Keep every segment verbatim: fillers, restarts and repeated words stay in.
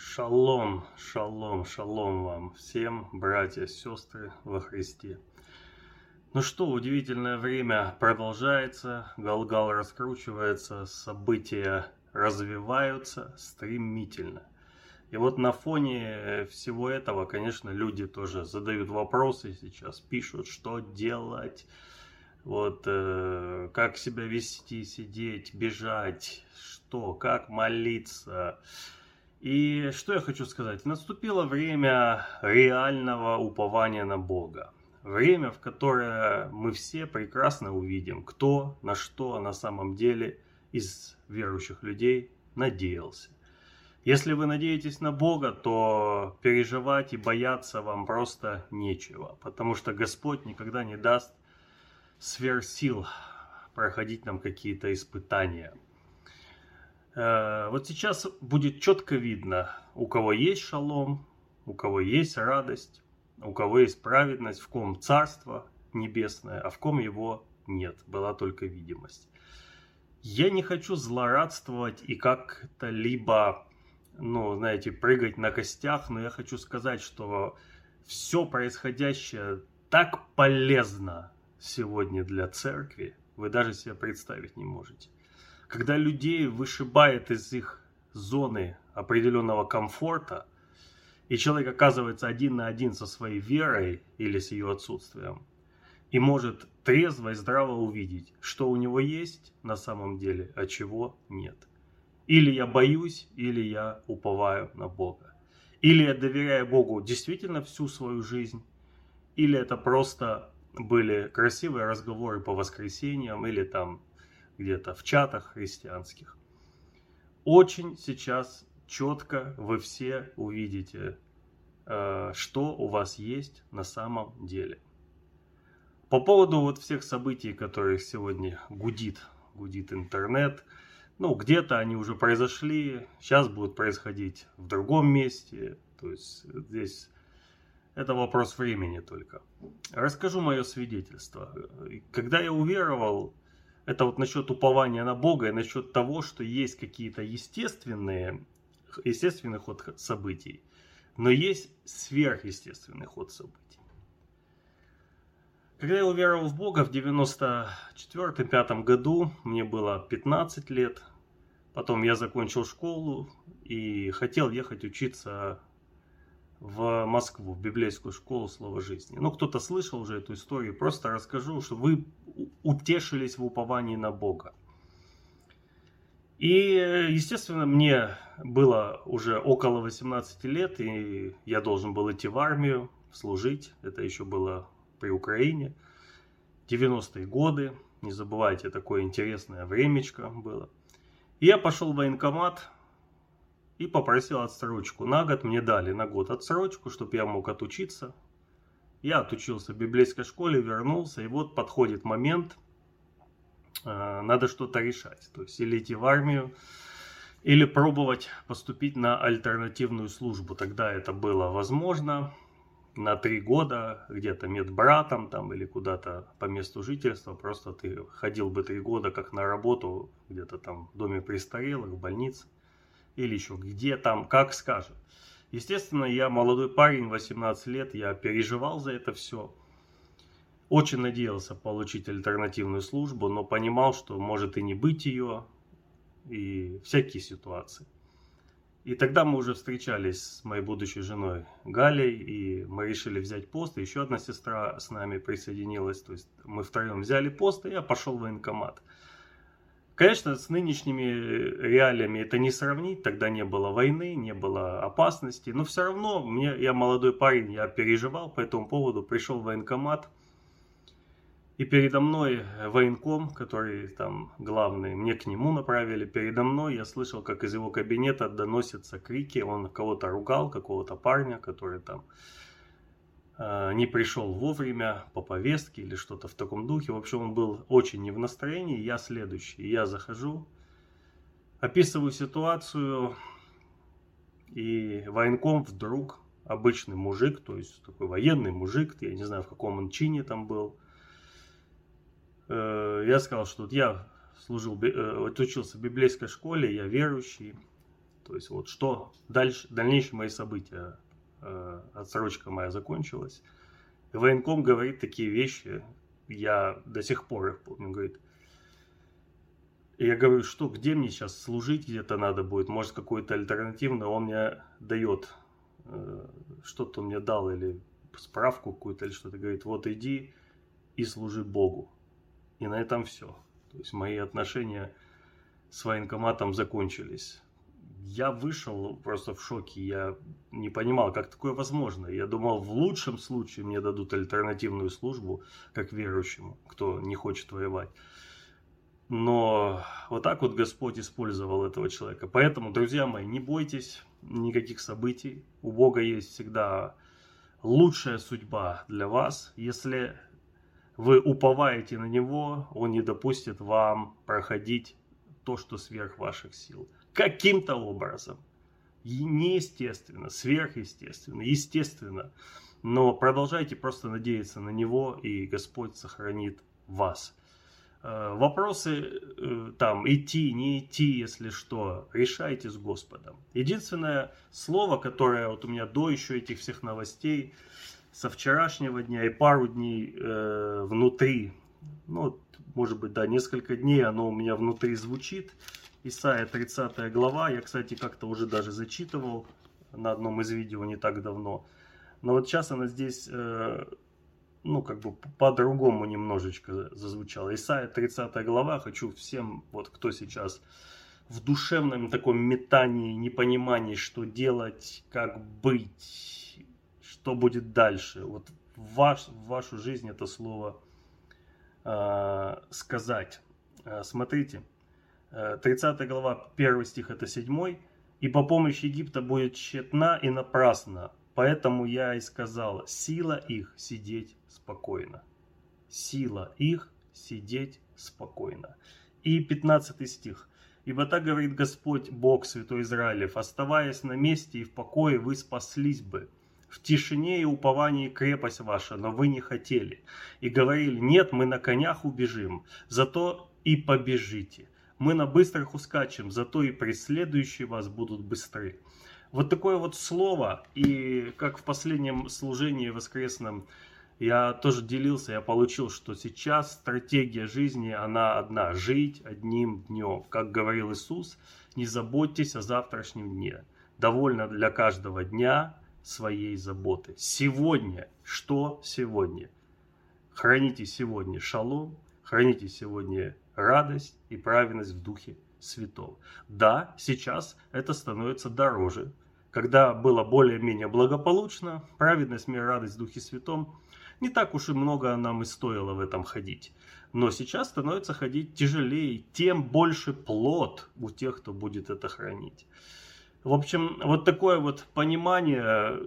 Шалом, шалом, шалом вам всем, братья, сестры во Христе. Ну что, удивительное время продолжается, Галгал раскручивается, события развиваются стремительно. И вот на фоне всего этого, конечно, люди тоже задают вопросы сейчас, пишут, что делать, вот, э, как себя вести, сидеть, бежать, что, как молиться. И что я хочу сказать? Наступило время реального упования на Бога. Время, в которое мы все прекрасно увидим, кто на что на самом деле из верующих людей надеялся. Если вы надеетесь на Бога, то переживать и бояться вам просто нечего, потому что Господь никогда не даст сверхсил проходить нам какие-то испытания. Вот сейчас будет четко видно, у кого есть шалом, у кого есть радость, у кого есть праведность, в ком царство небесное, а в ком его нет, была только видимость. Я не хочу злорадствовать и как-то либо, ну, знаете, прыгать на костях, но я хочу сказать, что все происходящее так полезно сегодня для церкви, вы даже себе представить не можете. Когда людей вышибает из их зоны определенного комфорта, и человек оказывается один на один со своей верой или с ее отсутствием, и может трезво и здраво увидеть, что у него есть на самом деле, а чего нет. Или я боюсь, или я уповаю на Бога. Или я доверяю Богу действительно всю свою жизнь, или это просто были красивые разговоры по воскресеньям, или там где-то в чатах христианских. Очень сейчас четко вы все увидите, что у вас есть на самом деле. По поводу вот всех событий, которых сегодня гудит, гудит интернет, ну, где-то они уже произошли, сейчас будут происходить в другом месте, то есть здесь это вопрос времени только. Расскажу мое свидетельство. Когда я уверовал, это вот насчет упования на Бога и насчет того, что есть какие-то естественные, естественный ход событий, но есть сверхъестественный ход событий. Когда я уверовал в Бога в девяносто четвёртом — пятом году, мне было пятнадцать лет, потом я закончил школу и хотел ехать учиться в Москву, в библейскую школу слова жизни. Ну, кто-то слышал уже эту историю, просто расскажу, что вы утешились в уповании на Бога. И, естественно, мне было уже около восемнадцати лет, и я должен был идти в армию, служить. Это еще было при Украине. девяностые годы, не забывайте, такое интересное времечко было. И я пошел в военкомат и попросил отсрочку. На год мне дали, на год отсрочку, чтобы я мог отучиться. Я отучился в библейской школе, вернулся, и вот подходит момент, э, надо что-то решать. То есть или идти в армию, или пробовать поступить на альтернативную службу. Тогда это было возможно на три года, где-то медбратом там, или куда-то по месту жительства. Просто ты ходил бы три года как на работу, где-то там в доме престарелых, в больнице. Или еще где там, как скажет. Естественно, я молодой парень, восемнадцать лет, я переживал за это все. Очень надеялся получить альтернативную службу, но понимал, что может и не быть ее, и всякие ситуации. И тогда мы уже встречались с моей будущей женой Галей, и мы решили взять пост, и еще одна сестра с нами присоединилась. То есть мы втроем взяли пост, и я пошел в военкомат. Конечно, с нынешними реалиями это не сравнить, тогда не было войны, не было опасности, но все равно, мне, я молодой парень, я переживал по этому поводу, пришел в военкомат, и передо мной военком, который там главный, мне к нему направили, передо мной я слышал, как из его кабинета доносятся крики, он кого-то ругал, какого-то парня, который там не пришел вовремя по повестке или что-то в таком духе. В общем, он был очень не в настроении. Я следующий. Я захожу, описываю ситуацию, и военком вдруг, обычный мужик, то есть такой военный мужик, я не знаю, в каком он чине там был. Я сказал, что вот я служил, учился в библейской школе, я верующий. То есть вот что дальше, дальнейшие мои события, э, отсрочка моя закончилась. И военком говорит такие вещи, я до сих пор их помню, говорит. И я говорю, что, где мне сейчас служить, где-то надо будет, может какой-то альтернативный, он мне дает, э, что-то он мне дал, или справку какую-то, или что-то, говорит, вот иди и служи Богу. И на этом все. То есть мои отношения с военкоматом закончились. Я вышел просто в шоке, я не понимал, как такое возможно. Я думал, в лучшем случае мне дадут альтернативную службу, как верующему, кто не хочет воевать. Но вот так вот Господь использовал этого человека. Поэтому, друзья мои, не бойтесь никаких событий. У Бога есть всегда лучшая судьба для вас. Если вы уповаете на Него, Он не допустит вам проходить то, что сверх ваших сил. Каким-то образом. И неестественно, сверхъестественно, естественно. Но продолжайте просто надеяться на Него, и Господь сохранит вас. Вопросы там идти, не идти, если что, решайте с Господом. Единственное слово, которое вот у меня до еще этих всех новостей, со вчерашнего дня и пару дней э, внутри, ну, может быть, да, несколько дней оно у меня внутри звучит. Исайя тридцатая глава, я, кстати, как-то уже даже зачитывал на одном из видео не так давно. Но вот сейчас она здесь... Э, ну, как бы по-другому немножечко зазвучало. Исайя тридцатая глава, хочу всем, вот кто сейчас в душевном таком метании, непонимании, что делать, как быть, что будет дальше. Вот в, ваш, в вашу жизнь это слово э, сказать. Э, смотрите, э, тридцатая глава, первый стих, это седьмой. «Ибо помощь Египта будет тщетна и напрасна. Поэтому я и сказал, сила их сидеть спокойно». Сила их сидеть спокойно. И пятнадцатый стих. «Ибо так говорит Господь, Бог Святой Израилев, оставаясь на месте и в покое, вы спаслись бы. В тишине и уповании крепость ваша, но вы не хотели. И говорили, нет, мы на конях убежим, зато и побежите. Мы на быстрых ускачем, зато и преследующие вас будут быстры». Вот такое вот слово, и как в последнем служении воскресном я тоже делился, я получил, что сейчас стратегия жизни, она одна, жить одним днем. Как говорил Иисус, не заботьтесь о завтрашнем дне, довольно для каждого дня своей заботы. Сегодня, что сегодня? Храните сегодня шалом, храните сегодня радость и праведность в Духе Святого. Да, сейчас это становится дороже. Когда было более-менее благополучно, праведность, мир, радость в Духе Святом, не так уж и много нам и стоило в этом ходить. Но сейчас становится ходить тяжелее, тем больше плод у тех, кто будет это хранить. В общем, вот такое вот понимание,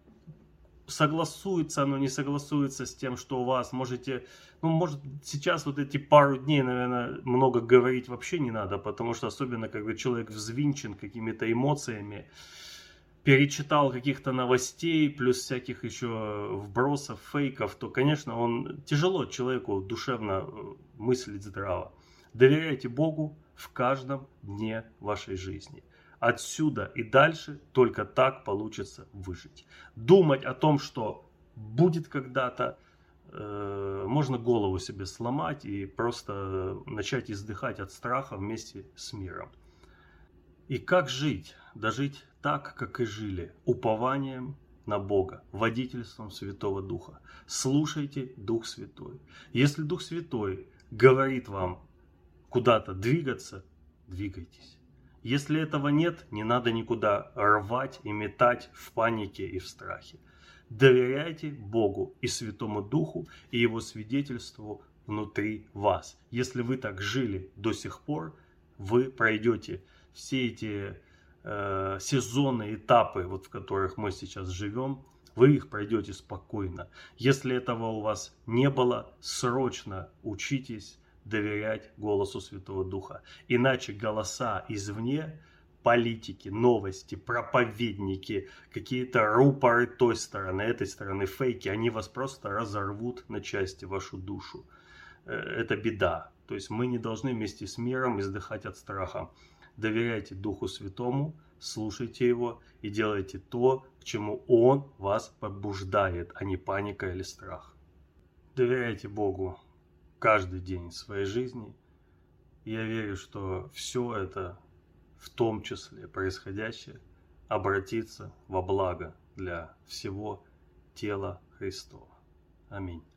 согласуется оно, не согласуется с тем, что у вас можете... Ну, может, сейчас вот эти пару дней, наверное, много говорить вообще не надо, потому что особенно, когда человек взвинчен какими-то эмоциями, перечитал каких-то новостей, плюс всяких еще вбросов, фейков, то, конечно, он тяжело человеку душевно мыслить здраво. Доверяйте Богу в каждом дне вашей жизни. Отсюда и дальше только так получится выжить. Думать о том, что будет когда-то, э, можно голову себе сломать и просто начать издыхать от страха вместе с миром. И как жить? Да жить так, как и жили, упованием на Бога, водительством Святого Духа. Слушайте Дух Святой. Если Дух Святой говорит вам куда-то двигаться, двигайтесь. Если этого нет, не надо никуда рвать и метать в панике и в страхе. Доверяйте Богу и Святому Духу и Его свидетельству внутри вас. Если вы так жили до сих пор, вы пройдете все эти э, сезоны, этапы, вот в которых мы сейчас живем, вы их пройдете спокойно. Если этого у вас не было, срочно учитесь доверять голосу Святого Духа. Иначе голоса извне, политики, новости, проповедники, какие-то рупоры той стороны, этой стороны, фейки, они вас просто разорвут на части, вашу душу. Это беда. То есть мы не должны вместе с миром издыхать от страха. Доверяйте Духу Святому, слушайте Его и делайте то, к чему Он вас побуждает, а не паника или страх. Доверяйте Богу каждый день своей жизни. Я верю, что все это, в том числе происходящее, обратится во благо для всего тела Христова. Аминь.